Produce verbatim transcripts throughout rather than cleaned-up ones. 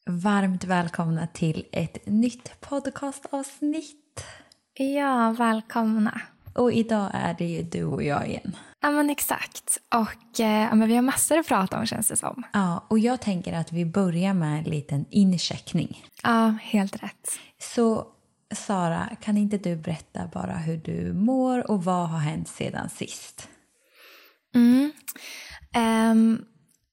Varmt välkomna till ett nytt podcastavsnitt. Ja, välkomna. Och idag är det ju du och jag igen. Ja, men exakt. Och eh, men vi har massor att prata om, känns det som. Ja, och jag tänker att vi börjar med en liten incheckning. Ja, helt rätt. Så Sara, kan inte du berätta bara hur du mår och vad har hänt sedan sist? Mm. Um,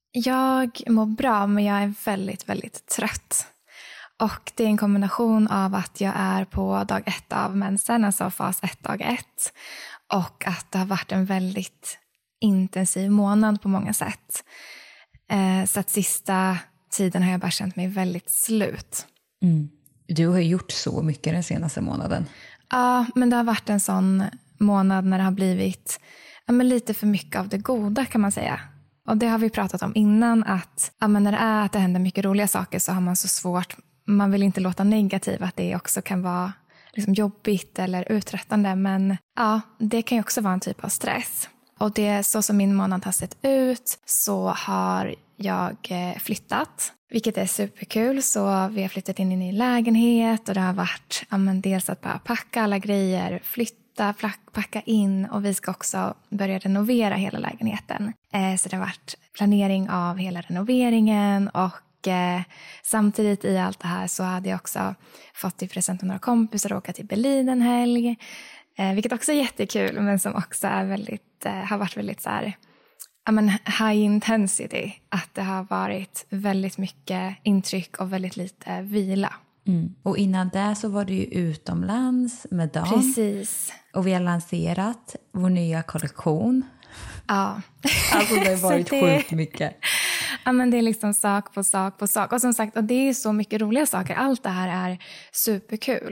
jag mår bra, men jag är väldigt, väldigt trött. Och det är en kombination av att jag är på dag ett av mensen, alltså fas ett, dag ett. Och att det har varit en väldigt intensiv månad på många sätt. Eh, så att sista tiden har jag bara känt mig väldigt slut. Mm. Du har gjort så mycket den senaste månaden. Ja, men det har varit en sån månad när det har blivit ja, men lite för mycket av det goda, kan man säga. Och det har vi pratat om innan, att ja, men när det är att det händer mycket roliga saker så har man så svårt, man vill inte låta negativt, att det också kan vara liksom jobbigt eller uträttande. Men ja, det kan ju också vara en typ av stress. Och det, så som min månad har sett ut, så har jag flyttat, vilket är superkul. Så vi har flyttat in i en ny lägenhet och det har varit ja, men dels att bara packa alla grejer, flytta, packa in, och vi ska också börja renovera hela lägenheten. Eh, så det har varit planering av hela renoveringen, och eh, samtidigt i allt det här så hade jag också fått i present av några kompisar att åka till Berlin en helg. Eh, vilket också är jättekul, men som också är väldigt, eh, har varit väldigt så här, ja, men high intensity. Att det har varit väldigt mycket intryck och väldigt lite vila. Mm. Och innan det så var du ju utomlands med Dan. Precis. Och vi har lanserat vår nya kollektion. Ja. Alltså det har varit det, sjukt mycket. Ja, men det är liksom sak på sak på sak. Och som sagt, och det är så mycket roliga saker. Allt det här är superkul.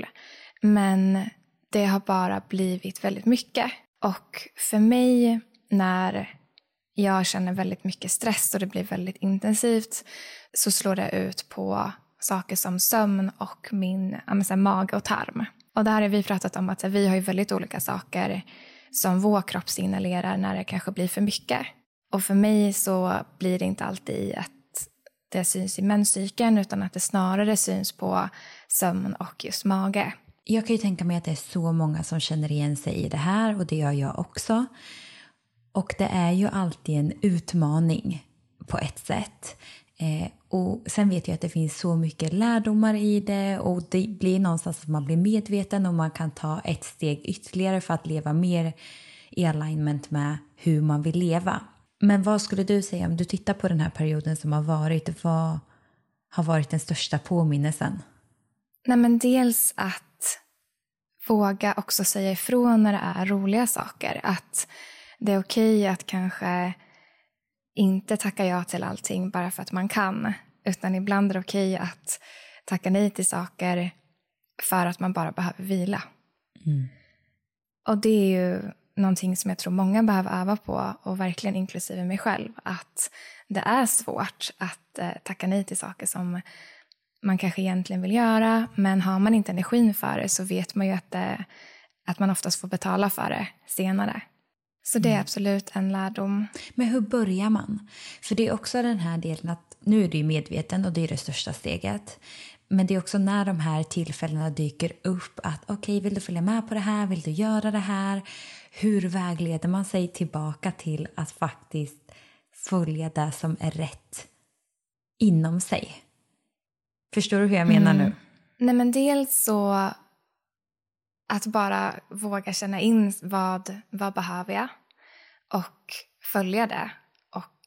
Men det har bara blivit väldigt mycket. Och för mig, när jag känner väldigt mycket stress och det blir väldigt intensivt, så slår det ut på saker som sömn och min ja, men så här, mage och tarm. Och där har vi pratat om att så här, vi har ju väldigt olika saker som vår kropp signalerar när det kanske blir för mycket. Och för mig så blir det inte alltid att det syns i menscykeln, utan att det snarare syns på sömn och just mage. Jag kan ju tänka mig att det är så många som känner igen sig i det här, och det gör jag också. Och det är ju alltid en utmaning på ett sätt. Eh, och sen vet jag att det finns så mycket lärdomar i det, och det blir någonstans att man blir medveten och man kan ta ett steg ytterligare för att leva mer i alignment med hur man vill leva. Men vad skulle du säga om du tittar på den här perioden som har varit? Vad har varit den största påminnelsen? Nej, men dels att våga också säga ifrån när det är roliga saker. Att det är okej att kanske inte tacka ja till allting bara för att man kan. Utan ibland är det okej att tacka nej till saker för att man bara behöver vila. Mm. Och det är ju någonting som jag tror många behöver öva på, och verkligen inklusive mig själv. Att det är svårt att eh, tacka nej till saker som man kanske egentligen vill göra. Men har man inte energin för det så vet man ju att, det, att man oftast får betala för det senare. Så det är absolut en lärdom. Men hur börjar man? För det är också den här delen att nu är du medveten, och det är det största steget. Men det är också när de här tillfällena dyker upp att okej, okay, vill du följa med på det här? Vill du göra det här? Hur vägleder man sig tillbaka till att faktiskt följa det som är rätt inom sig? Förstår du hur jag menar mm. nu? Nej, men dels så att bara våga känna in vad, vad behöver jag, och följa det, och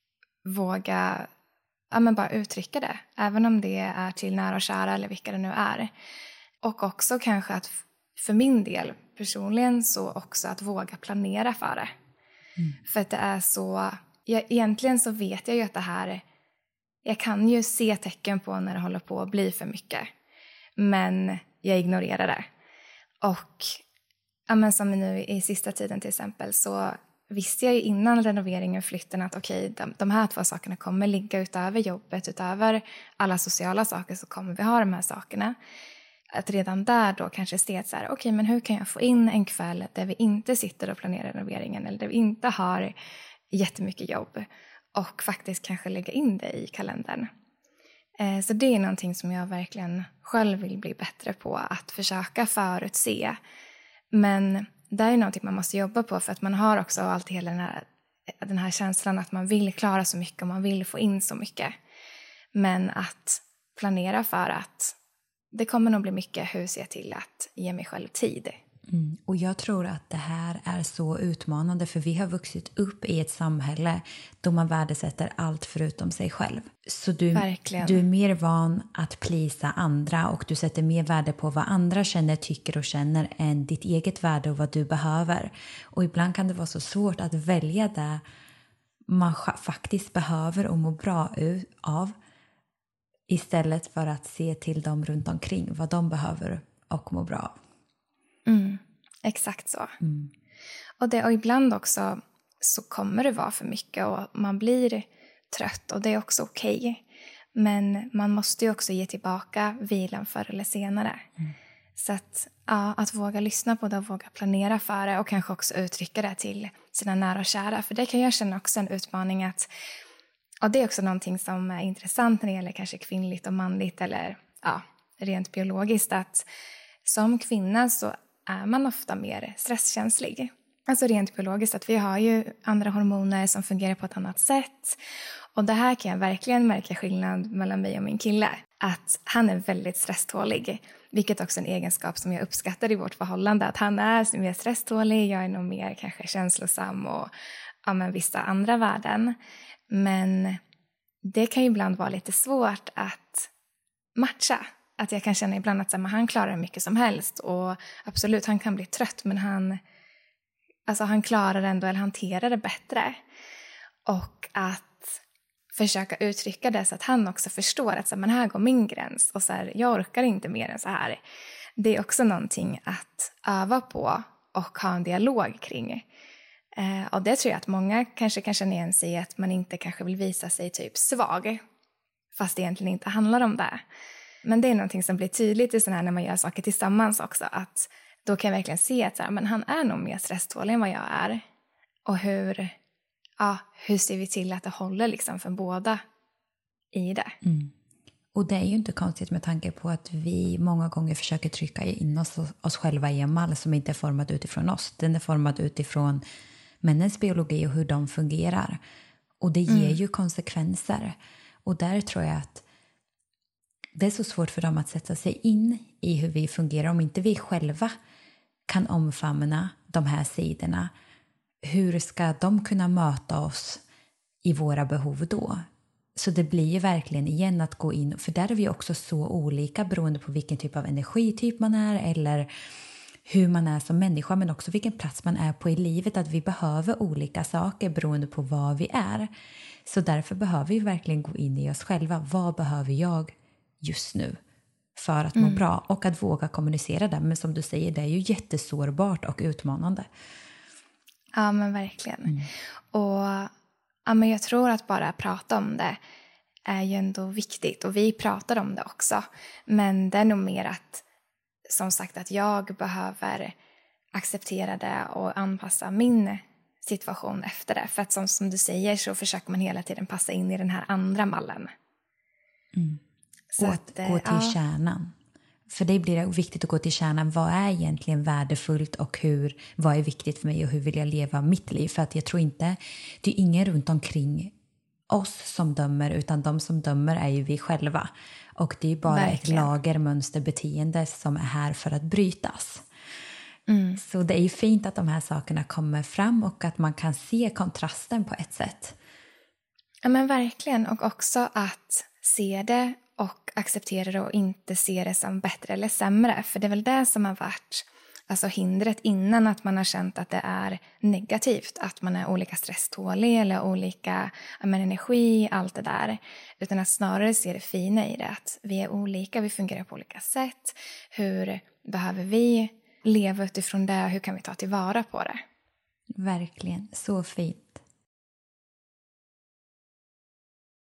våga ja, men bara uttrycka det, även om det är till nära och kära eller vilka det nu är. Och också kanske att för min del personligen så också att våga planera för det. Mm. För att det är så, jag, egentligen så vet jag ju att det här, jag kan ju se tecken på när det håller på att bli för mycket. Men jag ignorerar det. Och ja, men som nu i sista tiden till exempel, så visste jag ju innan renoveringen, flytten, att okej, de, de här två sakerna kommer ligga utöver jobbet, utöver alla sociala saker, så kommer vi ha de här sakerna. Att redan där då kanske se att så här, okej, men hur kan jag få in en kväll där vi inte sitter och planerar renoveringen, eller där vi inte har jättemycket jobb, och faktiskt kanske lägga in det i kalendern. Eh, så det är någonting som jag verkligen själv vill bli bättre på. Att försöka förutse. Men det är någonting man måste jobba på. För att man har också alltid hela den här, den här känslan att man vill klara så mycket. Och man vill få in så mycket. Men att planera för att det kommer nog bli mycket hur ser jag till att ge mig själv tid. Mm. Och jag tror att det här är så utmanande för vi har vuxit upp i ett samhälle då man värdesätter allt förutom sig själv. Så du, du är mer van att plisa andra och du sätter mer värde på vad andra känner, tycker och känner än ditt eget värde och vad du behöver. Och ibland kan det vara så svårt att välja det man faktiskt behöver och må bra av istället för att se till dem runt omkring vad de behöver och må bra av. Mm, exakt så. Mm. Och, det, och ibland också så kommer det vara för mycket och man blir trött och det är också okej. Okay. Men man måste ju också ge tillbaka vilan förr eller senare. Mm. Så att, ja, att våga lyssna på det och våga planera för det och kanske också uttrycka det till sina nära och kära. För det kan jag känna också en utmaning att, och det är också någonting som är intressant när det gäller kanske kvinnligt och manligt eller ja, rent biologiskt, att som kvinna så är man ofta mer stresskänslig. Alltså rent biologiskt, att vi har ju andra hormoner som fungerar på ett annat sätt. Och det här kan jag verkligen märka skillnad mellan mig och min kille. Att han är väldigt stresstålig. Vilket också är en egenskap som jag uppskattar i vårt förhållande. Att han är mer stresstålig, jag är nog mer kanske känslosam och ja, men vissa andra värden. Men det kan ju ibland vara lite svårt att matcha. Att jag kan känna ibland att så här, han klarar mycket som helst. Och absolut, han kan bli trött. Men han, alltså, han klarar ändå, eller hanterar det bättre. Och att försöka uttrycka det så att han också förstår att så här, men här går min gräns. Och så här, jag orkar inte mer än så här. Det är också någonting att öva på och ha en dialog kring. Eh, och det tror jag att många kanske kan känna igen sig i, att man inte kanske vill visa sig typ svag. Fast det egentligen inte handlar om det. Men det är någonting som blir tydligt i sån här när man gör saker tillsammans också. Att då kan jag verkligen se att så här, men han är nog mer stresstålig än vad jag är. Och hur, ja, hur ser vi till att det håller liksom för båda i det. Mm. Och det är ju inte konstigt med tanke på att vi många gånger försöker trycka in oss, oss själva i en mall som inte är formad utifrån oss. Den är formad utifrån männens biologi och hur de fungerar. Och det ger mm. ju konsekvenser. Och där tror jag att det är så svårt för dem att sätta sig in i hur vi fungerar. Om inte vi själva kan omfamna de här sidorna, hur ska de kunna möta oss i våra behov då? Så det blir ju verkligen igen att gå in, för där är vi också så olika beroende på vilken typ av energityp man är eller hur man är som människa, men också vilken plats man är på i livet, att vi behöver olika saker beroende på vad vi är. Så därför behöver vi verkligen gå in i oss själva. Vad behöver jag just nu för att må mm. bra, och att våga kommunicera det. Men som du säger, det är ju jättesårbart och utmanande. Ja, men verkligen. Mm. Och ja, men jag tror att bara prata om det är ju ändå viktigt. Och vi pratar om det också. Men det är nog mer att, som sagt, att jag behöver acceptera det och anpassa min situation efter det. För att som, som du säger så försöker man hela tiden passa in i den här andra mallen. Mm. Så och att, att gå till ja. kärnan. För det blir det viktigt att gå till kärnan. Vad är egentligen värdefullt och hur, vad är viktigt för mig och hur vill jag leva mitt liv? För att jag tror inte, det är ingen runt omkring oss som dömer, utan de som dömer är ju vi själva. Och det är bara verkligen ett lager, mönster, beteende som är här för att brytas. Mm. Så det är ju fint att de här sakerna kommer fram och att man kan se kontrasten på ett sätt. Ja, men verkligen. Och också att se det och acceptera det och inte se det som bättre eller sämre. För det är väl det som har varit alltså hindret innan, att man har känt att det är negativt. Att man är olika stresstålig eller olika men, energi, allt det där. Utan att snarare se det fina i det. Att vi är olika, vi fungerar på olika sätt. Hur behöver vi leva utifrån det? Hur kan vi ta tillvara på det? Verkligen, så fint.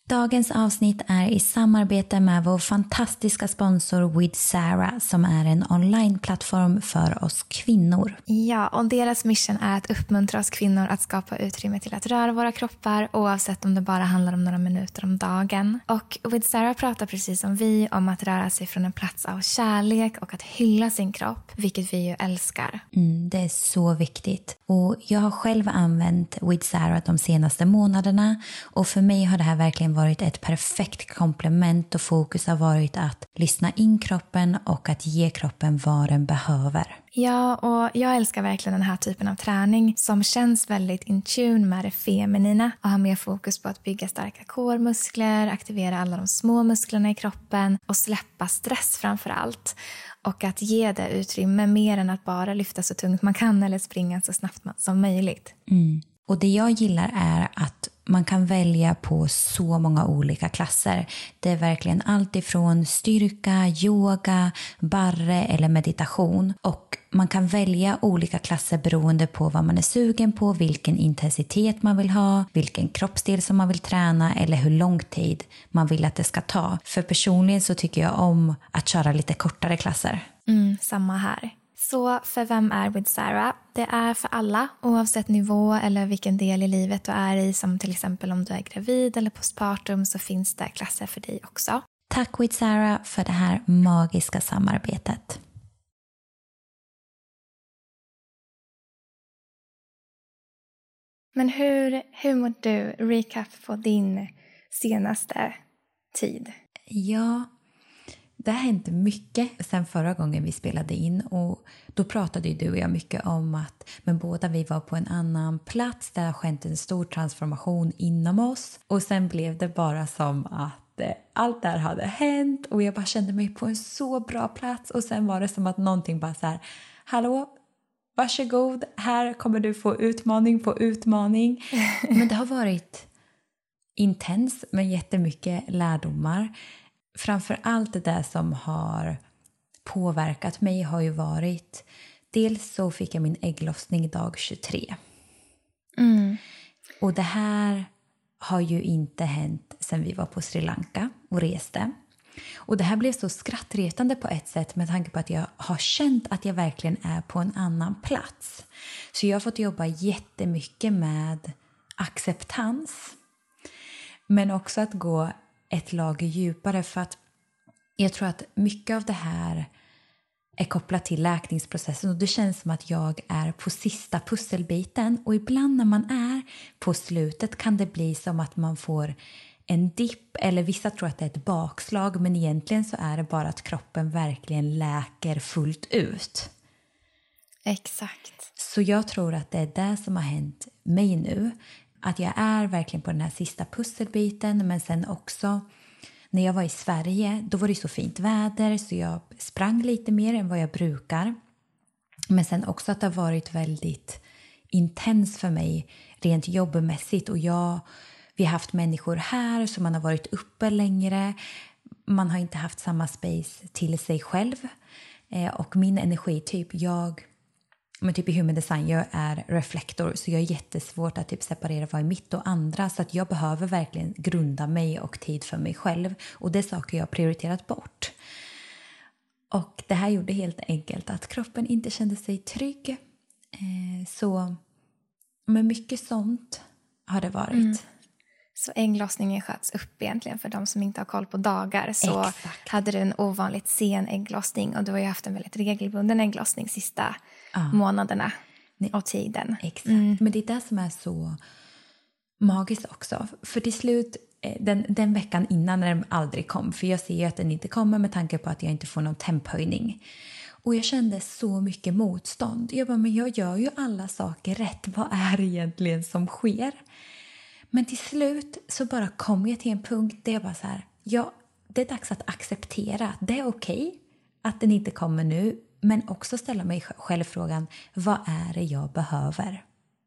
Dagens avsnitt är i samarbete med vår fantastiska sponsor With Sarah som är en onlineplattform för oss kvinnor. Ja, och deras mission är att uppmuntra oss kvinnor att skapa utrymme till att röra våra kroppar oavsett om det bara handlar om några minuter om dagen. Och With Sarah pratar precis som vi om att röra sig från en plats av kärlek och att hylla sin kropp, vilket vi ju älskar. Mm, det är så viktigt. Och jag har själv använt With Sarah de senaste månaderna och för mig har det här verkligen varit ett perfekt komplement och fokus har varit att lyssna in kroppen och att ge kroppen vad den behöver. Ja, och jag älskar verkligen den här typen av träning som känns väldigt in tune med det feminina och har mer fokus på att bygga starka core-muskler, aktivera alla de små musklerna i kroppen och släppa stress framför allt. Och att ge det utrymme mer än att bara lyfta så tungt man kan eller springa så snabbt som möjligt. Mm. Och det jag gillar är att man kan välja på så många olika klasser. Det är verkligen allt ifrån styrka, yoga, barre eller meditation. Och man kan välja olika klasser beroende på vad man är sugen på, vilken intensitet man vill ha, vilken kroppsdel som man vill träna eller hur lång tid man vill att det ska ta. För personligen så tycker jag om att köra lite kortare klasser. Mm, samma här. Så för vem är With Sarah? Det är för alla, oavsett nivå eller vilken del i livet du är i, som till exempel om du är gravid eller postpartum så finns det klasser för dig också. Tack With Sarah för det här magiska samarbetet. Men hur, hur mår du? Recap på din senaste tid. Ja, det har hänt mycket sen förra gången vi spelade in och då pratade ju du och jag mycket om att men båda vi var på en annan plats där det har skett en stor transformation inom oss och sen blev det bara som att eh, allt där hade hänt och jag bara kände mig på en så bra plats och sen var det som att någonting bara så här, hallå, varsågod, här kommer du få utmaning på utmaning. Men det har varit intens med jättemycket lärdomar. Framför allt det där som har påverkat mig har ju varit, dels så fick jag min ägglossning dag tjugotre. Mm. Och det här har ju inte hänt sedan vi var på Sri Lanka och reste. Och det här blev så skrattretande på ett sätt med tanke på att jag har känt att jag verkligen är på en annan plats. Så jag har fått jobba jättemycket med acceptans. Men också att gå ett lager djupare för att jag tror att mycket av det här är kopplat till läkningsprocessen och det känns som att jag är på sista pusselbiten och ibland när man är på slutet kan det bli som att man får en dipp eller vissa tror att det är ett bakslag men egentligen så är det bara att kroppen verkligen läker fullt ut. Exakt. Så jag tror att det är det som har hänt mig nu. Att jag är verkligen på den här sista pusselbiten men sen också när jag var i Sverige då var det så fint väder så jag sprang lite mer än vad jag brukar. Men sen också att det har varit väldigt intens för mig rent jobbmässigt och jag, vi har haft människor här som man har varit uppe längre. Man har inte haft samma space till sig själv eh, och min energi typ jag Men typ i human design, jag är reflektor så jag är jättesvårt att typ separera vad är mitt och andra så att jag behöver verkligen grunda mig och tid för mig själv och det är saker jag har prioriterat bort. Och det här gjorde helt enkelt att kroppen inte kände sig trygg. Eh, så men mycket sånt har det varit. Mm. Så ägglossningen sköts upp egentligen för de som inte har koll på dagar. Så Exakt. Hade du en ovanligt sen ägglossning och du har ju haft en väldigt regelbunden ägglossning sista ah. månaderna Nej. Och tiden. Exakt, mm. men det är det som är så magiskt också. För till slut, den, den veckan innan när den aldrig kom, för jag ser ju att den inte kommer med tanke på att jag inte får någon temphöjning. Och jag kände så mycket motstånd. Jag bara, men jag gör ju alla saker rätt. Vad är det egentligen som sker? Men till slut så bara kom jag till en punkt där jag bara så här, ja, det är dags att acceptera att det är okej att den inte kommer nu. Men också ställa mig själv frågan, vad är det jag behöver?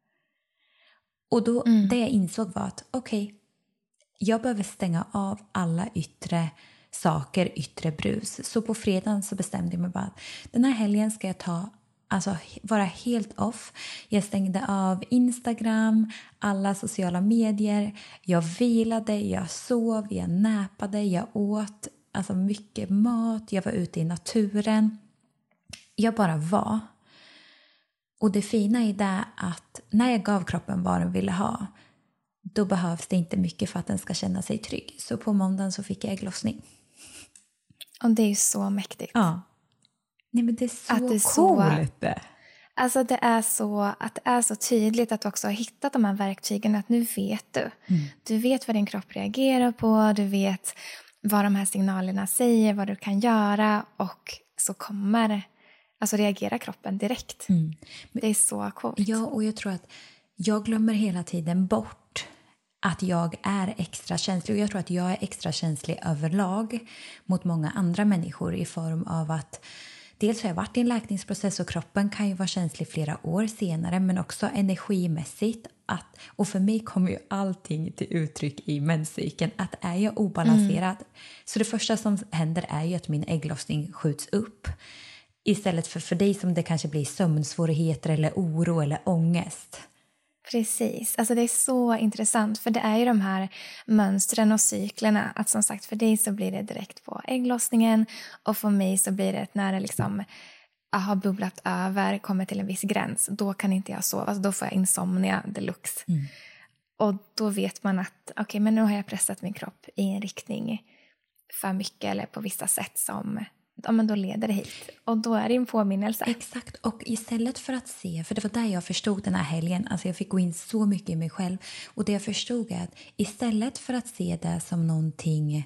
Och då, mm. det jag insåg var att okej, okay, jag behöver stänga av alla yttre saker, yttre brus. Så på fredagen så bestämde jag mig bara att den här helgen ska jag ta Alltså vara helt off. Jag stängde av Instagram, alla sociala medier. Jag vilade, jag sov, jag näpade, jag åt alltså mycket mat. Jag var ute i naturen. Jag bara var. Och det fina är det att när jag gav kroppen vad den ville ha, då behövs det inte mycket för att den ska känna sig trygg. Så på måndagen så fick jag ägglossning. Och det är ju så mäktigt. Ja. Nej, men det är så att det är coolt. Så, alltså det är så att det är så tydligt att du också har hittat de här verktygen, att nu vet du. Mm. Du vet vad din kropp reagerar på, du vet vad de här signalerna säger, vad du kan göra, och så kommer alltså reagera kroppen direkt. Mm. Det är så coolt. Ja, och jag tror att jag glömmer hela tiden bort att jag är extra känslig. Och jag tror att jag är extra känslig överlag mot många andra människor i form av att dels har jag varit i en läkningsprocess och kroppen kan ju vara känslig flera år senare, men också energimässigt. Att, och för mig kommer ju allting till uttryck i menscykeln. Att är jag obalanserad, mm. så det första som händer är ju att min ägglossning skjuts upp. Istället för för dig som det kanske blir sömnsvårigheter eller oro eller ångest. Precis, alltså det är så intressant, för det är ju de här mönstren och cyklerna, att som sagt för dig så blir det direkt på ägglossningen, och för mig så blir det när det liksom har bubblat över, kommer till en viss gräns, då kan inte jag sova, alltså då får jag insomnia deluxe. Mm. Och då vet man att okej, okay, men nu har jag pressat min kropp i en riktning för mycket eller på vissa sätt som ja, men då leder det hit. Och då är det en påminnelse. Exakt. Och istället för att se, för det var där jag förstod den här helgen, alltså jag fick gå in så mycket i mig själv. Och det jag förstod är att istället för att se det som någonting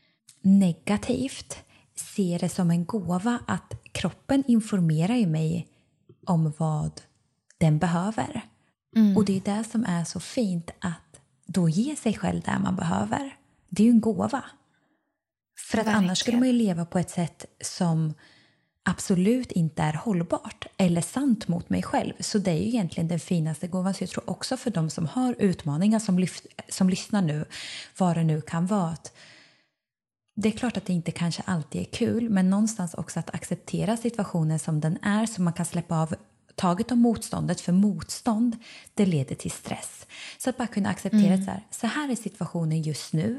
negativt, se det som en gåva, att kroppen informerar ju mig om vad den behöver. Mm. Och det är det som är så fint, att då ge sig själv det man behöver. Det är ju en gåva. För att annars skulle man ju leva på ett sätt som absolut inte är hållbart eller sant mot mig själv. Så det är ju egentligen den finaste gåvan. Så jag tror också för de som har utmaningar som, lyft, som lyssnar nu, vad det nu kan vara. Att det är klart att det inte kanske alltid är kul, men någonstans också att acceptera situationen som den är, så man kan släppa av taget om motståndet, för motstånd det leder till stress. Så att bara kunna acceptera mm. så här, så här är situationen just nu.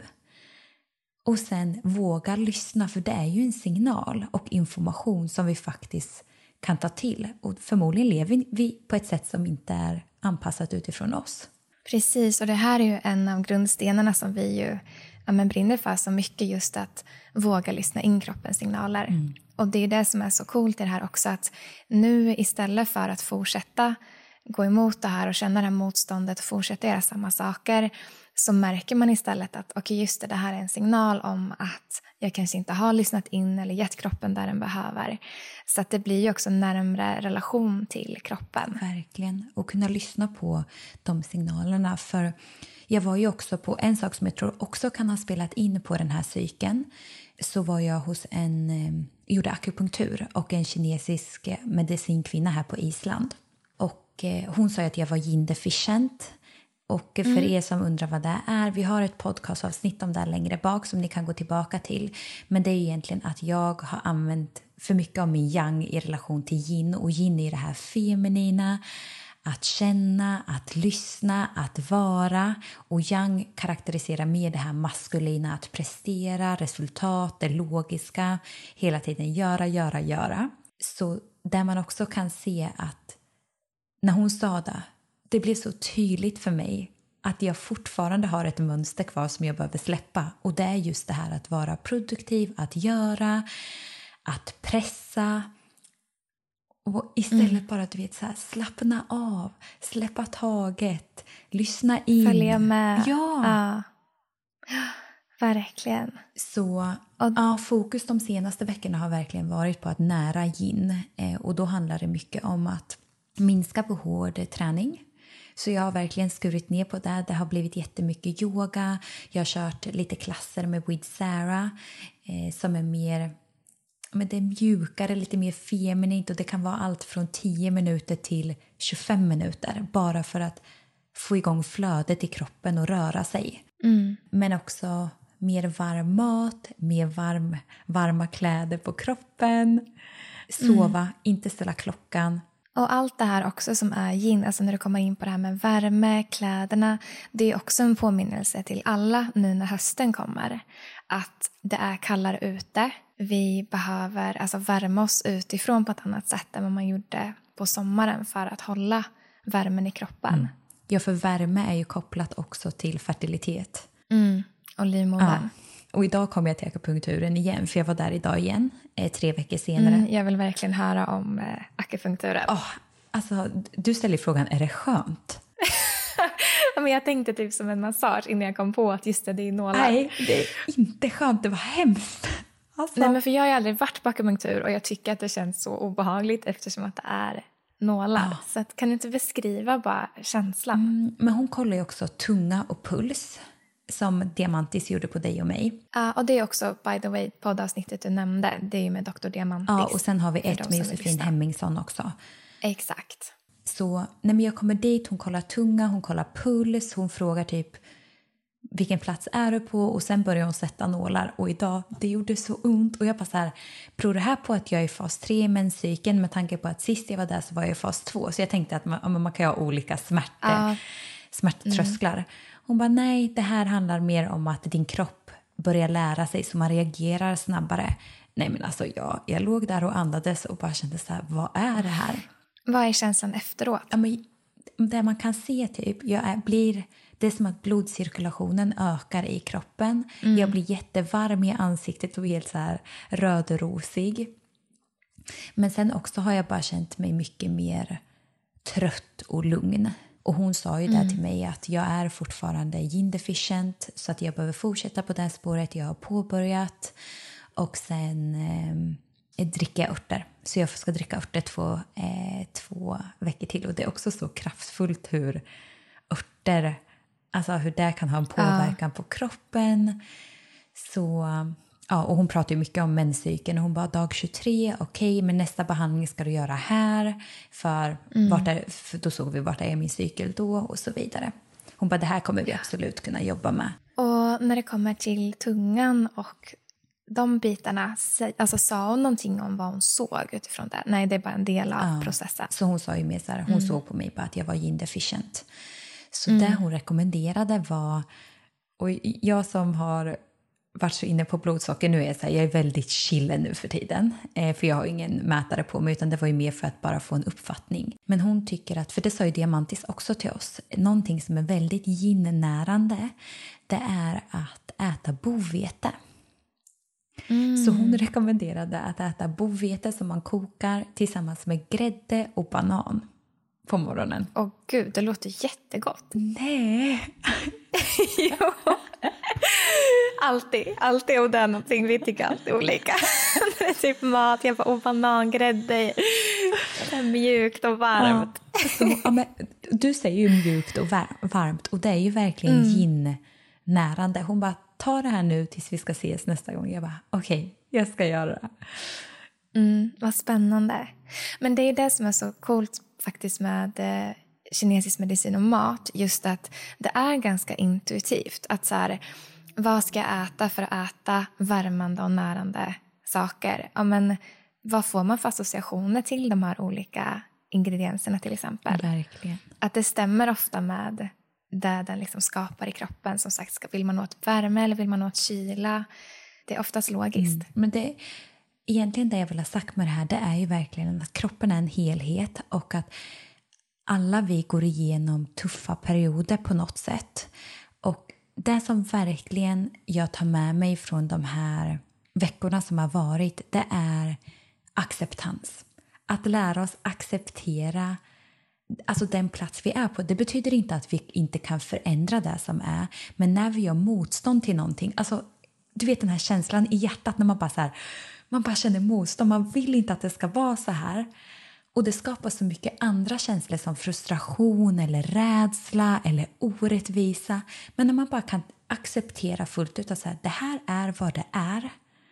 Och sen våga lyssna, för det är ju en signal och information som vi faktiskt kan ta till. Och förmodligen lever vi på ett sätt som inte är anpassat utifrån oss. Precis, och det här är ju en av grundstenarna som vi ju ja, men brinner för så mycket, just att våga lyssna in kroppens signaler. Mm. Och det är det som är så coolt i det här också, att nu istället för att fortsätta gå emot det här och känna det här motståndet och fortsätta göra samma saker, så märker man istället att okej, okay, just det, det här är en signal om att jag kanske inte har lyssnat in eller gett kroppen där den behöver. Så att det blir ju också en närmare relation till kroppen. Verkligen, och kunna lyssna på de signalerna. För jag var ju också på en sak som jag tror också kan ha spelat in på den här cykeln. Så var jag hos en, eh, gjorde akupunktur och en kinesisk medicinkvinna här på Island. Och eh, hon sa att jag var yin deficient. Och för mm. er som undrar vad det är, vi har ett podcastavsnitt om det här längre bak som ni kan gå tillbaka till. Men det är egentligen att jag har använt för mycket av min yang i relation till yin. Och yin är det här feminina, att känna, att lyssna, att vara. Och yang karaktäriserar mer det här maskulina, att prestera, resultat, det logiska, hela tiden göra, göra, göra. Så där man också kan se att när hon sa det, det blev så tydligt för mig att jag fortfarande har ett mönster kvar som jag behöver släppa. Och det är just det här att vara produktiv, att göra, att pressa. Och istället mm. bara du vet, så här, slappna av, släppa taget, lyssna in. Följa med. Ja. ja. Verkligen. Så och, ja, fokus de senaste veckorna har verkligen varit på att nära yin. Eh, och då handlar det mycket om att minska på hård träning. Så jag har verkligen skurit ner på det. Det har blivit jättemycket yoga. Jag har kört lite klasser med With Sarah eh, som är mer, men det är mjukare, lite mer feminint. Och det kan vara allt från tio minuter till tjugofem minuter. Bara för att få igång flödet i kroppen och röra sig. Mm. Men också mer varm mat, mer varm, varma kläder på kroppen. Sova, mm. inte ställa klockan. Och allt det här också som är yin, alltså när du kommer in på det här med värme, kläderna, det är också en påminnelse till alla nu när hösten kommer. Att det är kallare ute. Vi behöver alltså värma oss utifrån på ett annat sätt än vad man gjorde på sommaren för att hålla värmen i kroppen. Mm. Ja, för värme är ju kopplat också till fertilitet. Mm. Och livmodern. Ja. Och idag kommer jag till akupunkturen igen, för jag var där idag igen, eh, tre veckor senare. Mm, jag vill verkligen höra om eh, akupunkturen. Oh, alltså, du ställer frågan, är det skönt? Men jag tänkte typ som en massage innan jag kom på att just det, det är nålar. Nej, det är inte skönt, det var hemskt. Alltså. Nej, men för jag har ju aldrig varit på akupunktur och jag tycker att det känns så obehagligt eftersom att det är nålar. Oh. Så att, kan du inte beskriva bara känslan? Mm, men hon kollar ju också tunga och puls. Som Diamantis gjorde på dig och mig. Ja, uh, och det är också, by the way, poddavsnittet du nämnde. Det är ju med doktor Diamantis. Ja, och sen har vi ett med Josefin Hemmingsson också. Exakt. Så när jag kommer dit, hon kollar tunga, hon kollar puls. Hon frågar typ, vilken plats är du på? Och sen börjar hon sätta nålar. Och idag, det gjorde så ont. Och jag bara så här, beror det här på att jag är i fas tre med cykeln? Med tanke på att sist jag var där så var jag i fas två. Så jag tänkte att man, man kan ha olika smärtor. Uh. Smärttrösklar. Mm. Hon bara, nej, det här handlar mer om att din kropp börjar lära sig så man reagerar snabbare. Nej, men alltså jag, jag låg där och andades och bara kände så här, vad är det här? Vad är känslan efteråt? Ja, men det man kan se typ, jag är, blir, det är som att blodcirkulationen ökar i kroppen. Mm. Jag blir jättevarm i ansiktet och helt så här rödrosig. Men sen också har jag bara känt mig mycket mer trött och lugn. Och hon sa ju mm. där till mig att jag är fortfarande yin deficient så att jag behöver fortsätta på det här spåret jag har påbörjat. Och sen eh, dricker jag örter. Så jag ska dricka örter två, eh, två veckor till. Och det är också så kraftfullt hur örter, alltså hur det kan ha en påverkan ja. på kroppen. Så... Ja, och hon pratar ju mycket om menscykeln och hon bara dag tjugotre, okej, okay, men nästa behandling ska du göra här för, mm. vart är, för då såg vi vart är min cykel då och så vidare. Hon bara, det här kommer vi absolut kunna jobba med. Och när det kommer till tungan och de bitarna, alltså sa hon någonting om vad hon såg utifrån det? Nej, det är bara en del av ja, processen. Så hon sa ju mer så här, hon mm. såg på mig bara att jag var yin deficient. Så mm. det hon rekommenderade var, och jag som har varit så inne på blodsocker nu är jag så här, jag är väldigt chill nu för tiden. Eh, för jag har ingen mätare på mig utan det var ju mer för att bara få en uppfattning. Men hon tycker att, för det sa ju Diamantis också till oss, någonting som är väldigt yin-närande, det är att äta bovete. Mm. Så hon rekommenderade att äta bovete som man kokar tillsammans med grädde och banan på morgonen. Åh gud, det låter jättegott. Nej. Jo. Alltid, alltid och det är någonting, vi tycker alltid olika. Typ mat, jag bara, och banangrädde, mjukt och varmt. Ja, ja, men du säger ju mjukt och varmt och det är ju verkligen mm. yin-närande. Hon bara, ta det här nu tills vi ska ses nästa gång. Jag bara, okej, okay, jag ska göra det. Mm, vad spännande. Men det är det som är så coolt faktiskt med eh, kinesisk medicin och mat. Just att det är ganska intuitivt. Att så här, vad ska jag äta för att äta värmande och närande saker? Ja, men vad får man för associationer till de här olika ingredienserna till exempel? Verkligen. Att det stämmer ofta med det den liksom skapar i kroppen. Som sagt, vill man åt värme eller vill man åt kyla? Det är oftast logiskt. Mm. Men det, egentligen det jag vill ha sagt med det här, det är ju verkligen att kroppen är en helhet och att alla vi går igenom tuffa perioder på något sätt. Och det som verkligen jag tar med mig från de här veckorna som har varit, det är acceptans. Att lära oss acceptera alltså den plats vi är på. Det betyder inte att vi inte kan förändra det som är. Men när vi gör motstånd till någonting, alltså du vet den här känslan i hjärtat när man bara så här, man bara känner motstånd, man vill inte att det ska vara så här. Och det skapar så mycket andra känslor som frustration eller rädsla eller orättvisa. Men när man bara kan acceptera fullt ut att så här, det här är vad det är.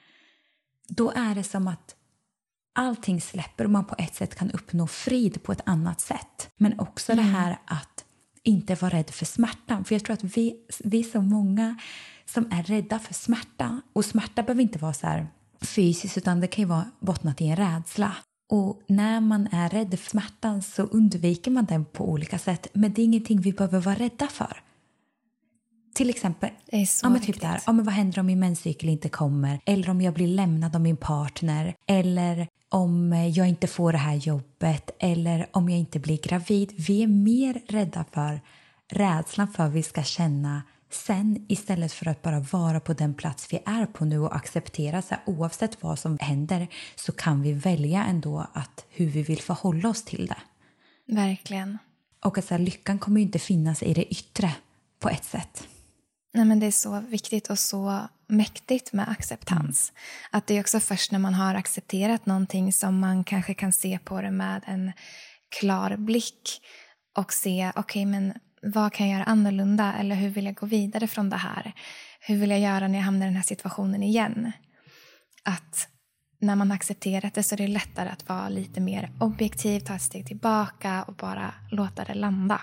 Då är det som att allting släpper och man på ett sätt kan uppnå frid på ett annat sätt. Men också mm. det här att inte vara rädd för smärtan. För jag tror att vi, vi är så många som är rädda för smärta. Och smärta behöver inte vara så här fysiskt utan det kan ju vara bottnat i en rädsla. Och när man är rädd för smärtan så undviker man den på olika sätt. Men det är ingenting vi behöver vara rädda för. Till exempel, det är så ja, men typ där, ja, men vad händer om min menscykel inte kommer? Eller om jag blir lämnad av min partner? Eller om jag inte får det här jobbet? Eller om jag inte blir gravid? Vi är mer rädda för rädslan för vi ska känna sen istället för att bara vara på den plats vi är på nu och acceptera så här, oavsett vad som händer så kan vi välja ändå att hur vi vill förhålla oss till det. Verkligen. Och att så här, lyckan kommer ju inte finnas i det yttre på ett sätt. Nej, men det är så viktigt och så mäktigt med acceptans. Mm. Att det är också först när man har accepterat någonting som man kanske kan se på det med en klar blick och se, okej okay, men vad kan jag göra annorlunda eller hur vill jag gå vidare från det här? Hur vill jag göra när jag hamnar i den här situationen igen? Att när man accepterat det så är det lättare att vara lite mer objektiv, ta ett steg tillbaka och bara låta det landa.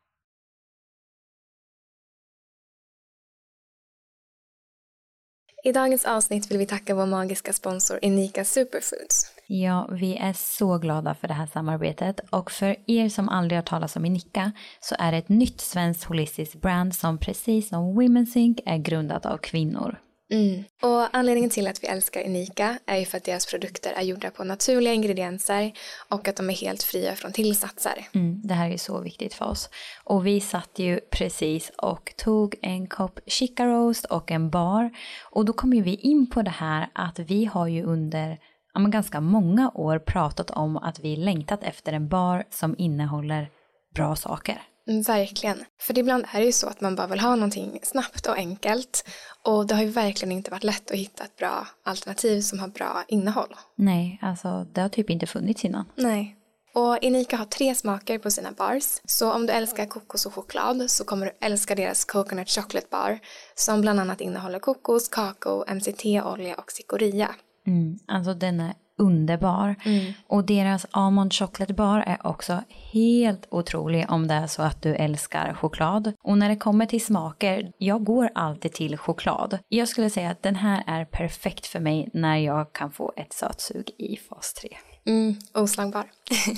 I dagens avsnitt vill vi tacka vår magiska sponsor Inika Superfoods. Ja, vi är så glada för det här samarbetet och för er som aldrig har talat om Inika så är det ett nytt svenskt holistiskt brand som precis som Women's Inc är grundat av kvinnor. Mm. Och anledningen till att vi älskar Inika är ju för att deras produkter är gjorda på naturliga ingredienser och att de är helt fria från tillsatser. Mm, det här är så viktigt för oss. Och vi satt ju precis och tog en kopp chica roast och en bar. Och då kom ju vi in på det här att vi har ju under ja, men ganska många år pratat om att vi längtat efter en bar som innehåller bra saker. Mm, verkligen. För ibland är det ju så att man bara vill ha någonting snabbt och enkelt. Och det har ju verkligen inte varit lätt att hitta ett bra alternativ som har bra innehåll. Nej, alltså det har typ inte funnits innan. Nej. Och Inika har tre smaker på sina bars. Så om du älskar kokos och choklad så kommer du älska deras coconut chocolate bar. Som bland annat innehåller kokos, kakao, M C T-olja och cikoria. Mm, alltså den är underbar. Mm. Och deras almond chocolate bar är också helt otrolig om det är så att du älskar choklad. Och när det kommer till smaker, jag går alltid till choklad. Jag skulle säga att den här är perfekt för mig när jag kan få ett sötsug i fas tre. Mm, oslagbar.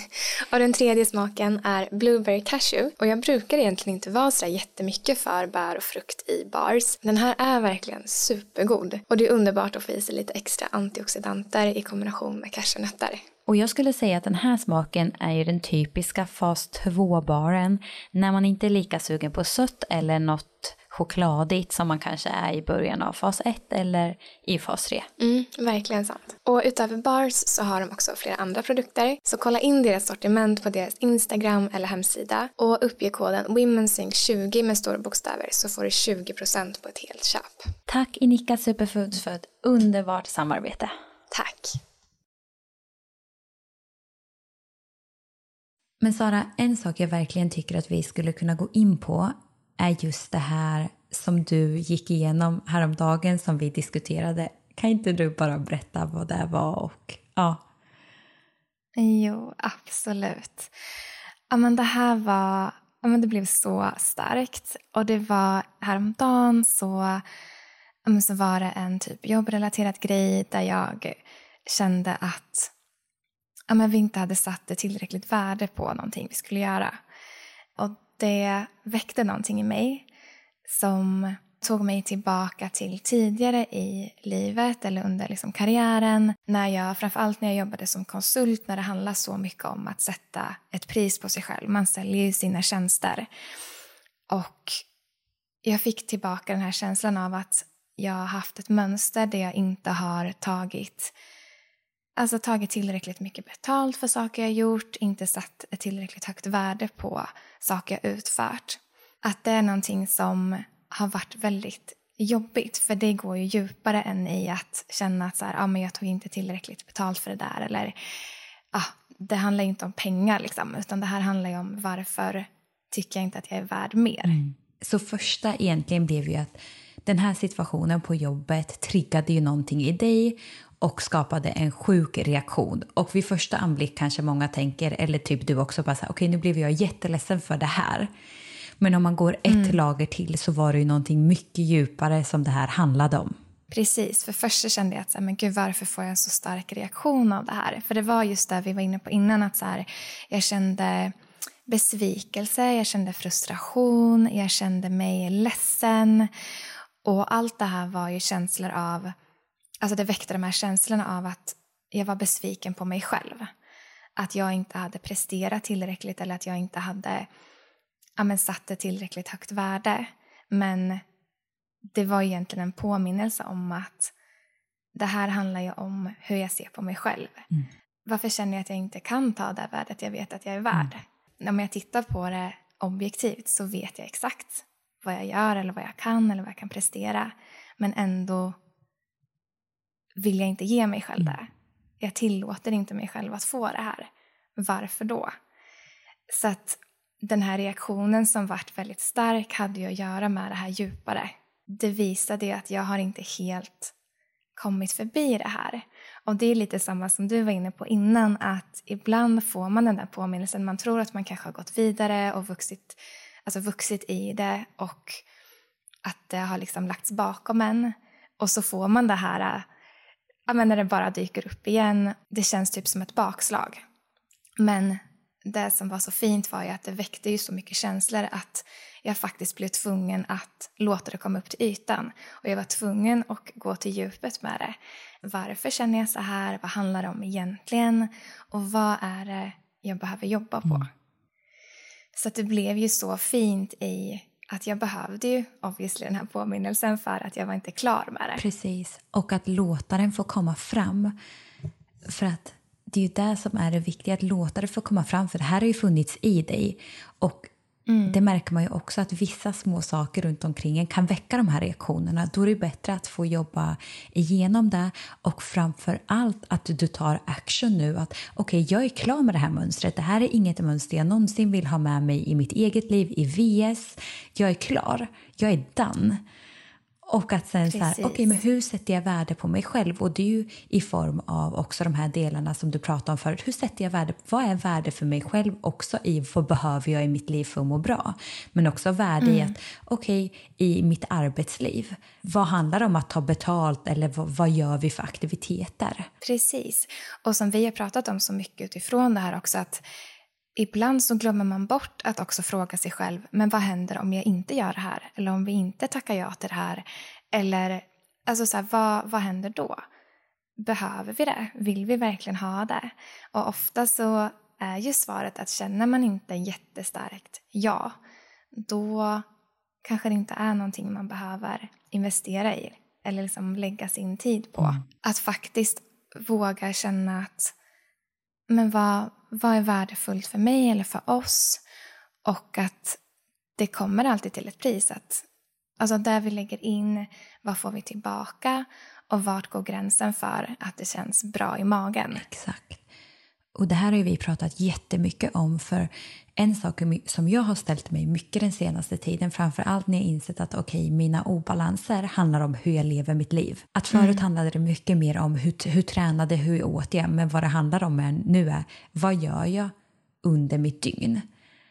Och den tredje smaken är blueberry cashew. Och jag brukar egentligen inte vara så jättemycket för bär och frukt i bars. Den här är verkligen supergod. Och det är underbart att få i sig lite extra antioxidanter i kombination med cashewnötter. Och jag skulle säga att den här smaken är ju den typiska fas två-baren. När man inte är lika sugen på sött eller något chokladigt som man kanske är i början av fas ett eller i fas tre. Mm, verkligen sant. Och utöver bars så har de också flera andra produkter. Så kolla in deras sortiment på deras Instagram eller hemsida. Och uppge koden WomenSync tjugo med stora bokstäver så får du tjugo procent på ett helt köp. Tack Inika Superfoods för ett underbart samarbete. Tack. Men Sara, en sak jag verkligen tycker att vi skulle kunna gå in på är just det här som du gick igenom häromdagen som vi diskuterade. Kan inte du bara berätta vad det var och ja. Jo, absolut. Ja, men det här var, ja, men det blev så starkt och det var häromdagen så, ja, men så var det en typ jobbrelaterad grej där jag kände att ja, men vi inte hade satt ett tillräckligt värde på någonting vi skulle göra. Och det väckte någonting i mig som tog mig tillbaka till tidigare i livet eller under liksom karriären. När jag, framförallt när jag jobbade som konsult, när det handlar så mycket om att sätta ett pris på sig själv. Man säljer ju sina tjänster. Och jag fick tillbaka den här känslan av att jag har haft ett mönster där jag inte har tagit Alltså tagit tillräckligt mycket betalt för saker jag gjort, inte satt ett tillräckligt högt värde på saker jag utfört. Att det är någonting som har varit väldigt jobbigt, för det går ju djupare än i att känna att så här, ah, men jag tog inte tillräckligt betalt för det där. Eller ah, det handlar inte om pengar liksom, utan det här handlar ju om varför tycker jag inte att jag är värd mer. Mm. Så första egentligen blev ju att den här situationen på jobbet triggade ju någonting i dig och skapade en sjuk reaktion. Och vid första anblick kanske många tänker, eller typ du också, bara så här, okej, nu blev jag jätteledsen för det här. Men om man går ett mm. lager till så var det ju någonting mycket djupare som det här handlade om. Precis, för först så kände jag att så här, men gud, varför får jag en så stark reaktion av det här? För det var just det vi var inne på innan, att så här, jag kände besvikelse, jag kände frustration, jag kände mig ledsen. Och allt det här var ju känslor av, alltså det väckte de här känslorna av att jag var besviken på mig själv. Att jag inte hade presterat tillräckligt, eller att jag inte hade ja, men satt ett tillräckligt högt värde. Men det var egentligen en påminnelse om att det här handlar ju om hur jag ser på mig själv. Mm. Varför känner jag att jag inte kan ta det värdet jag vet att jag är värd? Mm. Om jag tittar på det objektivt så vet jag exakt vad jag gör eller vad jag kan eller vad jag kan prestera. Men ändå vill jag inte ge mig själv det. Jag tillåter inte mig själv att få det här. Varför då? Så att den här reaktionen som varit väldigt stark hade ju att göra med det här djupare. Det visade att jag har inte helt kommit förbi det här. Och det är lite samma som du var inne på innan, att ibland får man den där påminnelsen. Man tror att man kanske har gått vidare och vuxit, alltså vuxit i det och att det har liksom lagts bakom en. Och så får man det här, ja, men när det bara dyker upp igen. Det känns typ som ett bakslag. Men det som var så fint var ju att det väckte ju så mycket känslor att jag faktiskt blev tvungen att låta det komma upp till ytan. Och jag var tvungen att gå till djupet med det. Varför känner jag så här? Vad handlar det om egentligen? Och vad är det jag behöver jobba på? Mm. Så att det blev ju så fint i att jag behövde ju obviously den här påminnelsen för att jag var inte klar med det. Precis, och att låta den få komma fram. För att det är ju det som är det viktiga, att låta det få komma fram. För det här har ju funnits i dig. Och mm. det märker man ju också, att vissa små saker runt omkring en kan väcka de här reaktionerna. Då är det bättre att få jobba igenom det. Och framför allt att du tar action nu. Att okej, okay, jag är klar med det här mönstret. Det här är inget mönster jag någonsin vill ha med mig i mitt eget liv, i V S. Jag är klar. Jag är done. Och att sen så här, okej, okay, men hur sätter jag värde på mig själv? Och det är ju i form av också de här delarna som du pratade om förut. Hur sätter jag värde? Vad är värde för mig själv också i vad behöver jag i mitt liv för att må bra? Men också värde mm. i att, okej, okay, i mitt arbetsliv. Vad handlar det om att ta betalt eller vad, vad gör vi för aktiviteter? Precis. Och som vi har pratat om så mycket utifrån det här också, att ibland så glömmer man bort att också fråga sig själv, men vad händer om jag inte gör det här? Eller om vi inte tackar ja till det här? Eller alltså så här, vad, vad händer då? Behöver vi det? Vill vi verkligen ha det? Och ofta så är ju svaret att känner man inte jättestarkt ja, då kanske det inte är någonting man behöver investera i. Eller liksom lägga sin tid på. Mm. Att faktiskt våga känna att men vad, vad är värdefullt för mig eller för oss? Och att det kommer alltid till ett pris. Att, alltså där vi lägger in, vad får vi tillbaka? Och vart går gränsen för att det känns bra i magen? Exakt. Och det här har ju vi pratat jättemycket om. För en sak som jag har ställt mig mycket den senaste tiden, framförallt när jag insett att okej, okay, mina obalanser handlar om hur jag lever mitt liv. Att förut mm. handlade det mycket mer om hur, hur tränade, hur åt jag. Men vad det handlar om är, nu är, vad gör jag under mitt dygn?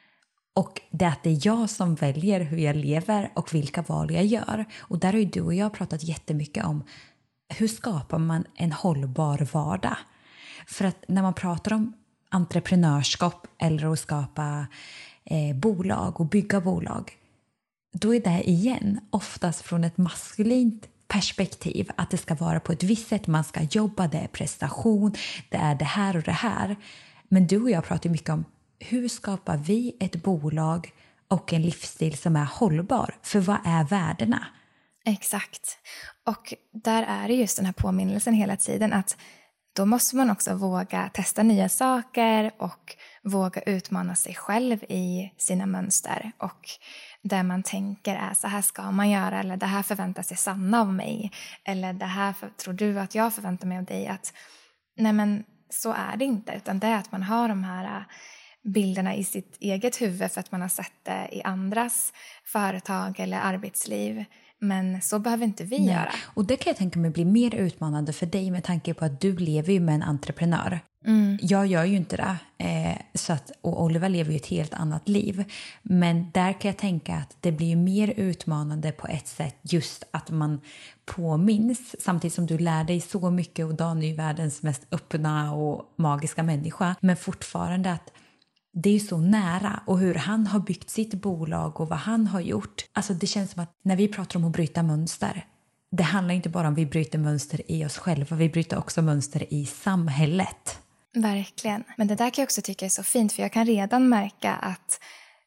Och det är att det är jag som väljer hur jag lever och vilka val jag gör. Och där har ju du och jag pratat jättemycket om hur skapar man en hållbar vardag? För att när man pratar om entreprenörskap eller att skapa eh, bolag och bygga bolag, då är det igen oftast från ett maskulint perspektiv, att det ska vara på ett visst sätt, man ska jobba, det är prestation, det är det här och det här. Men du och jag pratar mycket om hur skapar vi ett bolag och en livsstil som är hållbar, för vad är värdena? Exakt, och där är det just den här påminnelsen hela tiden att då måste man också våga testa nya saker och våga utmana sig själv i sina mönster. Och där man tänker är så här ska man göra, eller det här förväntar sig Sanna av mig. Eller det här för, tror du att jag förväntar mig av dig. Att, nej men så är det inte, utan det är att man har de här bilderna i sitt eget huvud för att man har sett det i andras företag eller arbetsliv. Men så behöver inte vi Nej. göra. Och det kan jag tänka mig bli mer utmanande för dig med tanke på att du lever ju med en entreprenör. Mm. Jag gör ju inte det. Eh, så att, och Oliver lever ju ett helt annat liv. Men där kan jag tänka att det blir mer utmanande på ett sätt just att man påminns. Samtidigt som du lär dig så mycket och Dan är ju världens mest öppna och magiska människa. Men fortfarande att det är så nära och hur han har byggt sitt bolag och vad han har gjort. Alltså det känns som att när vi pratar om att bryta mönster, det handlar inte bara om att vi bryter mönster i oss själva, vi bryter också mönster i samhället. Verkligen. Men det där kan jag också tycka är så fint, för jag kan redan märka att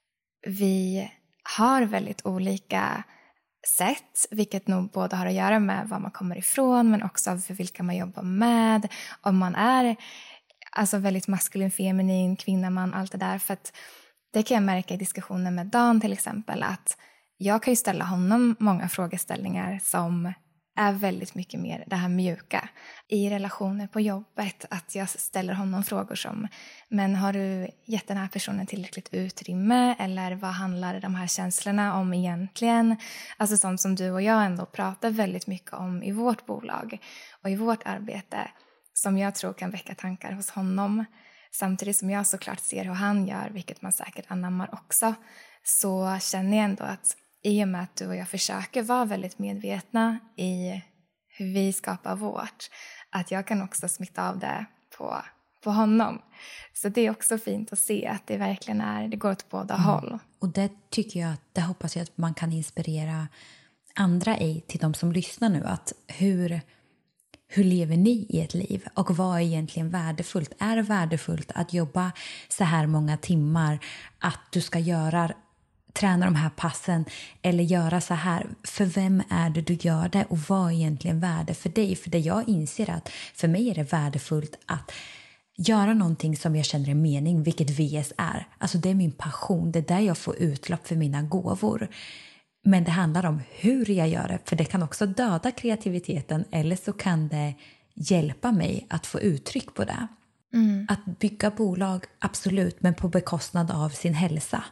vi har väldigt olika sätt, vilket nog både har att göra med var man kommer ifrån men också för vilka man jobbar med. Om man är alltså väldigt maskulin, feminin, kvinna, man, allt det där. För att det kan jag märka i diskussioner med Dan till exempel, att jag kan ju ställa honom många frågeställningar som är väldigt mycket mer det här mjuka. I relationer på jobbet, att jag ställer honom frågor som, men har du gett den här personen tillräckligt utrymme? Eller vad handlar de här känslorna om egentligen? Alltså sånt som du och jag ändå pratar väldigt mycket om i vårt bolag och i vårt arbete, som jag tror kan väcka tankar hos honom. Samtidigt som jag såklart ser hur han gör, vilket man säkert anammar också, så känner jag ändå att i och med att du och jag försöker vara väldigt medvetna i hur vi skapar vårt, att jag kan också smitta av det på, på honom. Så det är också fint att se att det verkligen är, det går åt båda mm. håll. Och det tycker jag, det hoppas jag att man kan inspirera andra i, till de som lyssnar nu, att hur, hur lever ni i ett liv och vad är egentligen värdefullt? Är det värdefullt att jobba så här många timmar, att du ska göra träna de här passen eller göra så här? För vem är det du gör det och vad är egentligen värde för dig? För det jag inser att för mig är det värdefullt att göra någonting som jag känner är mening, vilket V S är. Alltså det är min passion, det är där jag får utlopp för mina gåvor. Men det handlar om hur jag gör det, för det kan också döda kreativiteten eller så kan det hjälpa mig att få uttryck på det. Mm. Att bygga bolag, absolut, men på bekostnad av sin hälsa.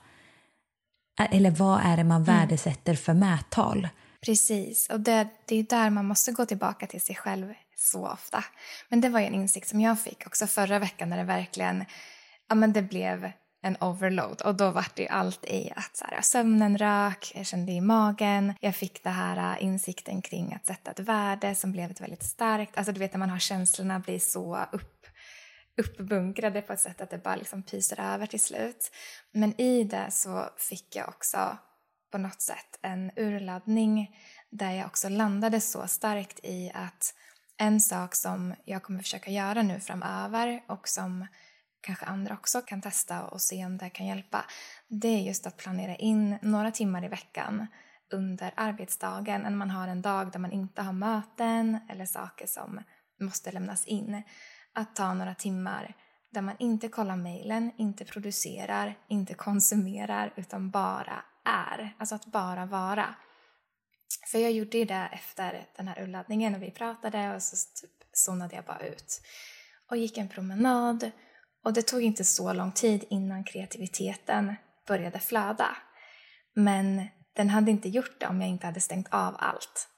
Eller vad är det man värdesätter för mättal? Precis, och det, det är där man måste gå tillbaka till sig själv så ofta. Men det var ju en insikt som jag fick också förra veckan när det verkligen, ja men det blev en overload. Och då var det ju allt i att så här, sömnen rök, jag kände i magen. Jag fick det här insikten kring att sätta ett värde som blev ett väldigt starkt. Alltså du vet när man har känslorna blir så upp. uppbunkrade på ett sätt att det bara liksom pyser över till slut. Men i det så fick jag också på något sätt en urladdning där jag också landade så starkt i att en sak som jag kommer försöka göra nu framöver och som kanske andra också kan testa och se om det kan hjälpa, det är just att planera in några timmar i veckan under arbetsdagen när man har en dag där man inte har möten eller saker som måste lämnas in. Att ta några timmar där man inte kollar mejlen, inte producerar, inte konsumerar utan bara är. Alltså att bara vara. För jag gjorde det efter den här urladdningen och vi pratade och så typ zonade jag bara ut. Och gick en promenad och det tog inte så lång tid innan kreativiteten började flöda. Men den hade inte gjort det om jag inte hade stängt av allt.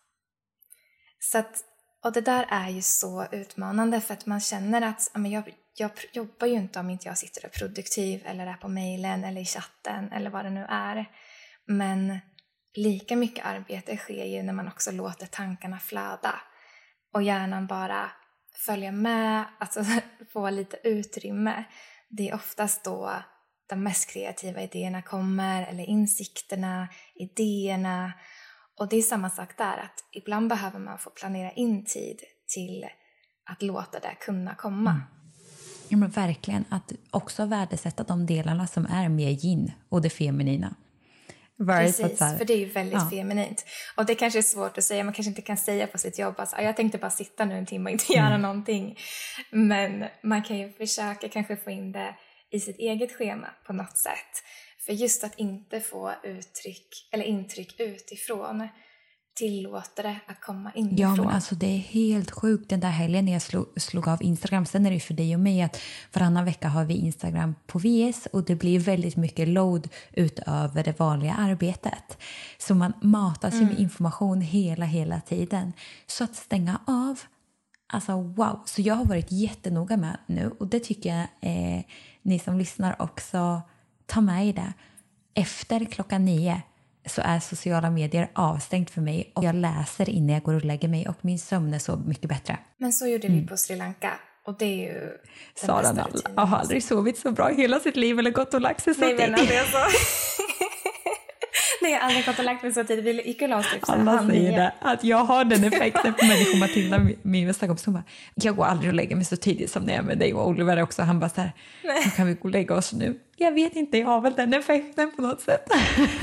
Så att Och det där är ju så utmanande för att man känner att men jag, jag jobbar ju inte om inte jag sitter och är produktiv eller är på mejlen eller i chatten eller vad det nu är. Men lika mycket arbete sker ju när man också låter tankarna flöda och hjärnan bara följa med, alltså få lite utrymme. Det är oftast då de mest kreativa idéerna kommer eller insikterna, idéerna. Och det är samma sak där, att ibland behöver man få planera in tid till att låta det kunna komma. Mm. Ja men verkligen, att också värdesätta de delarna som är mer yin och det feminina. Precis, för det är ju väldigt ja. feminint. Och det kanske är svårt att säga, man kanske inte kan säga på sitt jobb alltså, jag tänkte bara sitta nu en timme och inte mm. göra någonting. Men man kan ju försöka kanske få in det i sitt eget schema på något sätt. För just att inte få uttryck eller intryck utifrån tillåter det att komma inifrån. Ja men alltså det är helt sjukt den där helgen när jag slog, slog av Instagram. Sen är det för dig och mig att varannan vecka har vi Instagram på V S och det blir väldigt mycket load utöver det vanliga arbetet. Så man matas mm. ju med information hela hela tiden. Så att stänga av, Alltså wow, så jag har varit jättenoga med nu och det tycker jag eh, ni som lyssnar också tar med i det. Efter klockan nio så är sociala medier avstängt för mig och jag läser innan jag går och lägger mig och min sömn är så mycket bättre. Men så gjorde mm. vi på Sri Lanka och det är ju den Sara bästa rutinen. Jag har aldrig sovit så bra i hela sitt liv eller gått och lagt sig så tidigt. Nej, men det är så. Nej, jag har aldrig gått och lagt mig så tidigt. Vi gick och la oss typ så alla säger det, att jag har den effekten på människor. Matilda, min bästa kompis, hon bara, jag går aldrig och lägger mig så tidigt som när jag är med dig och Oliver också. Han bara så här, nu kan vi gå och lägga oss nu. Jag vet inte, jag har väl den effekten på något sätt.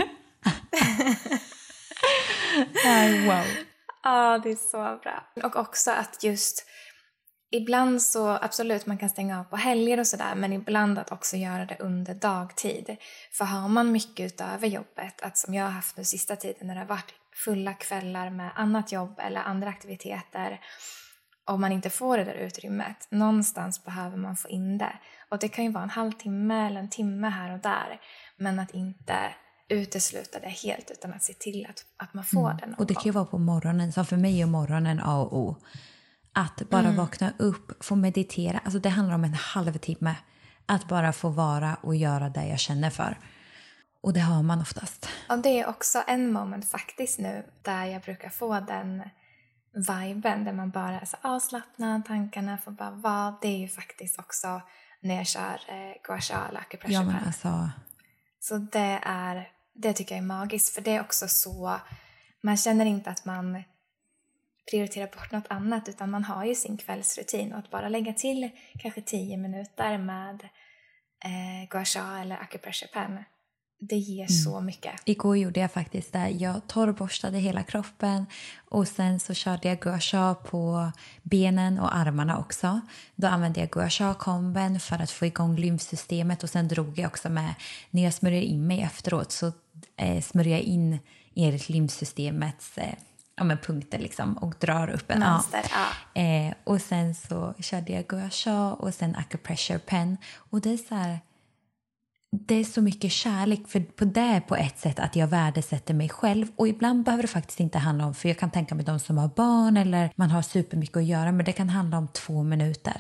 Ay, wow. Ja, det är så bra. Och också att just ibland så absolut man kan stänga av på helger och sådär, men ibland att också göra det under dagtid. För har man mycket utöver jobbet, att som jag har haft nu sista tiden när det har varit fulla kvällar med annat jobb eller andra aktiviteter, om man inte får det där utrymmet, någonstans behöver man få in det. Och det kan ju vara en halvtimme eller en timme här och där, men att inte utesluta det helt utan att se till att, att man får mm. den. Och det kan ju vara på morgonen, som för mig är morgonen A och O. Att bara mm. vakna upp, få meditera. Alltså det handlar om en halvtimme. Att bara få vara och göra det jag känner för. Och det har man oftast. Och det är också en moment faktiskt nu där jag brukar få den viben. Där man bara är så avslappnad, tankarna får bara vara. Det är ju faktiskt också när jag kör eh, gua sha eller acupressure. Ja, men alltså. Så det är, det tycker jag är magiskt. För det är också så, man känner inte att man prioritera bort något annat, utan man har ju sin kvällsrutin och att bara lägga till kanske tio minuter med eh, gua sha eller acupressure pen, det ger mm. så mycket. Igår gjorde jag faktiskt det. Jag torrborstade hela kroppen och sen så körde jag gua sha på benen och armarna också. Då använde jag gua sha-komben för att få igång lymfsystemet och sen drog jag också med, när jag smörjer in mig efteråt så eh, smörjer jag in enligt lymfsystemets eh, ja, men punkter liksom och drar upp en mönster, ja. Ja. Eh, och sen så körde jag gua sha och sen acupressure pen och det är så här, det är så mycket kärlek för på det på ett sätt att jag värdesätter mig själv och ibland behöver det faktiskt inte handla om, för jag kan tänka mig de som har barn eller man har supermycket att göra, men det kan handla om två minuter.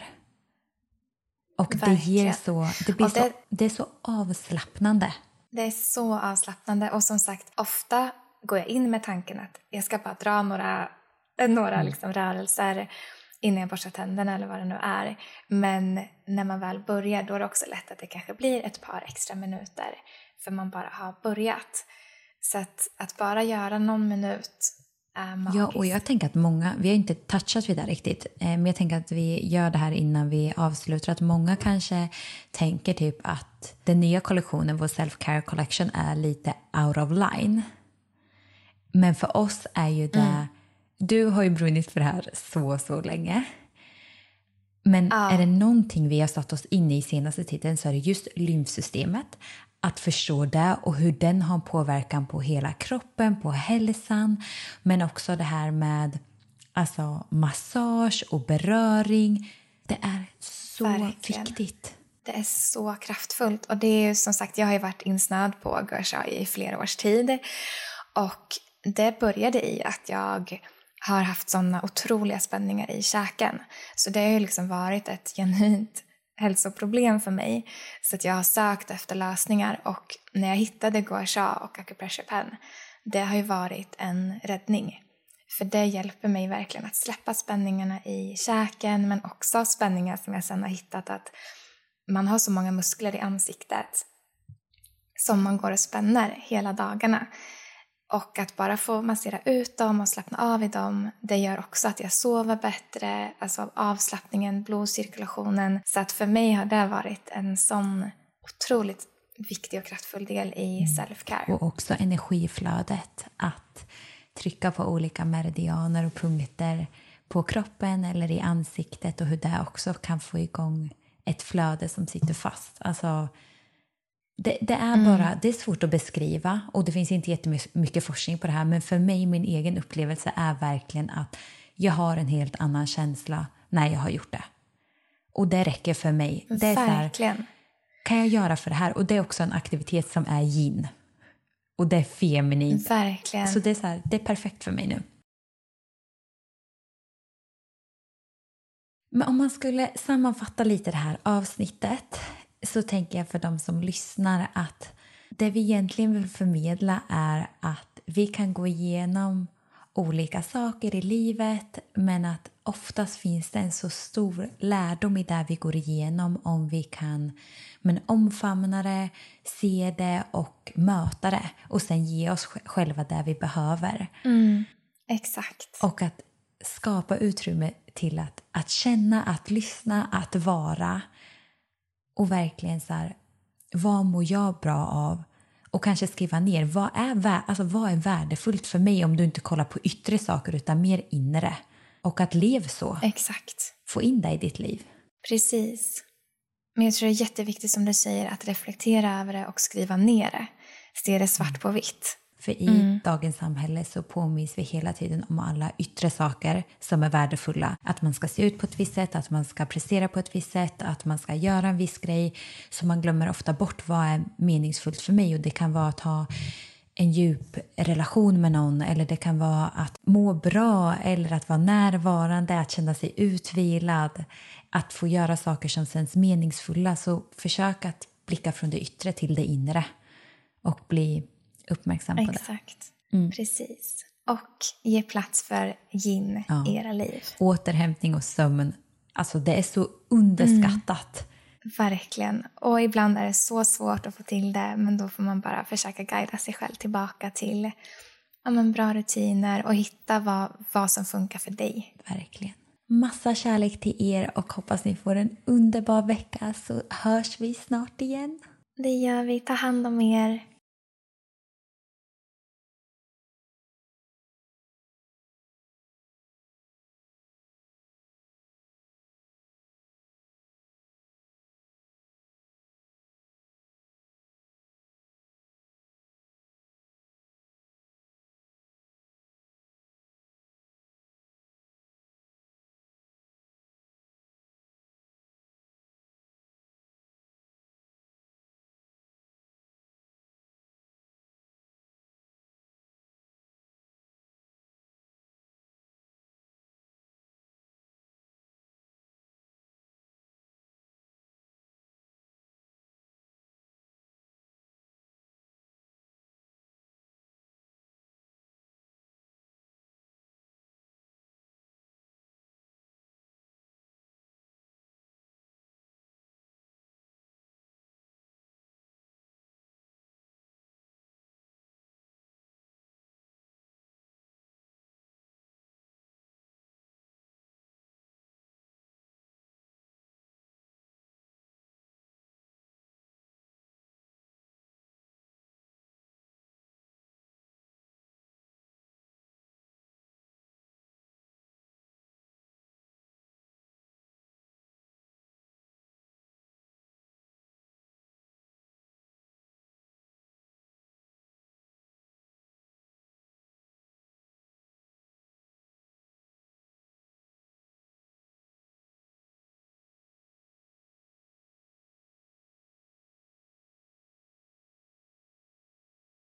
Och verkligen. Det ger så, det blir det, så, det är så avslappnande. Det är så avslappnande och som sagt ofta går jag in med tanken att jag ska bara dra några, några mm. liksom rörelser innan jag borstar tänderna eller vad det nu är. Men när man väl börjar då är det också lätt att det kanske blir ett par extra minuter för man bara har börjat. Så att, att bara göra någon minut är magiskt. Ja, och jag tänker att många, vi har inte touchat vid det riktigt, men jag tänker att vi gör det här innan vi avslutar, att många kanske tänker typ att den nya kollektionen, vår self-care collection, är lite out of line. Men för oss är ju det, mm. du har ju brunnit för det här så, så länge. Men ja. Är det någonting vi har satt oss in i senaste tiden så är det just lymfsystemet. Att förstå det och hur den har en påverkan på hela kroppen, på hälsan. Men också det här med alltså, massage och beröring. Det är så verkligen. Viktigt. Det är så kraftfullt. Och det är ju som sagt, jag har ju varit insnöad på gua sha i flera års tid. Och det började i att jag har haft sådana otroliga spänningar i käken. Så det har ju liksom varit ett genuint hälsoproblem för mig. Så att jag har sökt efter lösningar. Och när jag hittade gua sha och acupressure pen, det har ju varit en räddning. För det hjälper mig verkligen att släppa spänningarna i käken. Men också spänningar som jag sedan har hittat att man har så många muskler i ansiktet som man går och spänner hela dagarna. Och att bara få massera ut dem och slappna av i dem, det gör också att jag sover bättre. Alltså avslappningen, blodcirkulationen. Så att för mig har det varit en sån otroligt viktig och kraftfull del i self-care. Och också energiflödet. Att trycka på olika meridianer och punkter på kroppen eller i ansiktet. Och hur det också kan få igång ett flöde som sitter fast. Alltså... Det, det är bara, mm. det är svårt att beskriva och det finns inte jättemycket forskning på det här, men för mig, min egen upplevelse är verkligen att jag har en helt annan känsla när jag har gjort det. Och det räcker för mig. Det är verkligen. Så här, kan jag göra för det här? Och det är också en aktivitet som är yin. Och det är feminint. Verkligen. Så det är så här, det är perfekt för mig nu. Men om man skulle sammanfatta lite det här avsnittet så tänker jag för de som lyssnar att det vi egentligen vill förmedla är att vi kan gå igenom olika saker i livet, men att oftast finns det en så stor lärdom i det vi går igenom om vi kan men omfamna det, se det och möta det och sen ge oss själva det vi behöver. Mm, exakt. Och att skapa utrymme till att, att känna, att lyssna, att vara och verkligen så här, vad mår jag bra av? Och kanske skriva ner, vad är, vä- alltså, vad är värdefullt för mig om du inte kollar på yttre saker utan mer inre. Och att leva så. Exakt. Få in det i ditt liv. Precis. Men jag tror det är jätteviktigt som du säger att reflektera över det och skriva ner det. Se det svart på vitt. För i Mm. dagens samhälle så påminns vi hela tiden om alla yttre saker som är värdefulla. Att man ska se ut på ett visst sätt, att man ska prestera på ett visst sätt, att man ska göra en viss grej. Så man glömmer ofta bort vad är meningsfullt för mig. Och det kan vara att ha en djup relation med någon, eller det kan vara att må bra eller att vara närvarande, att känna sig utvilad, att få göra saker som känns meningsfulla. Så försök att blicka från det yttre till det inre och bli uppmärksam på det. Exakt, mm. Precis. Och ge plats för yin ja. i era liv. Återhämtning och sömn, alltså det är så underskattat. Mm. Verkligen. Och ibland är det så svårt att få till det, men då får man bara försöka guida sig själv tillbaka till ja, men bra rutiner och hitta vad, vad som funkar för dig. Verkligen. Massa kärlek till er och hoppas ni får en underbar vecka, så hörs vi snart igen. Det gör vi. Ta hand om er.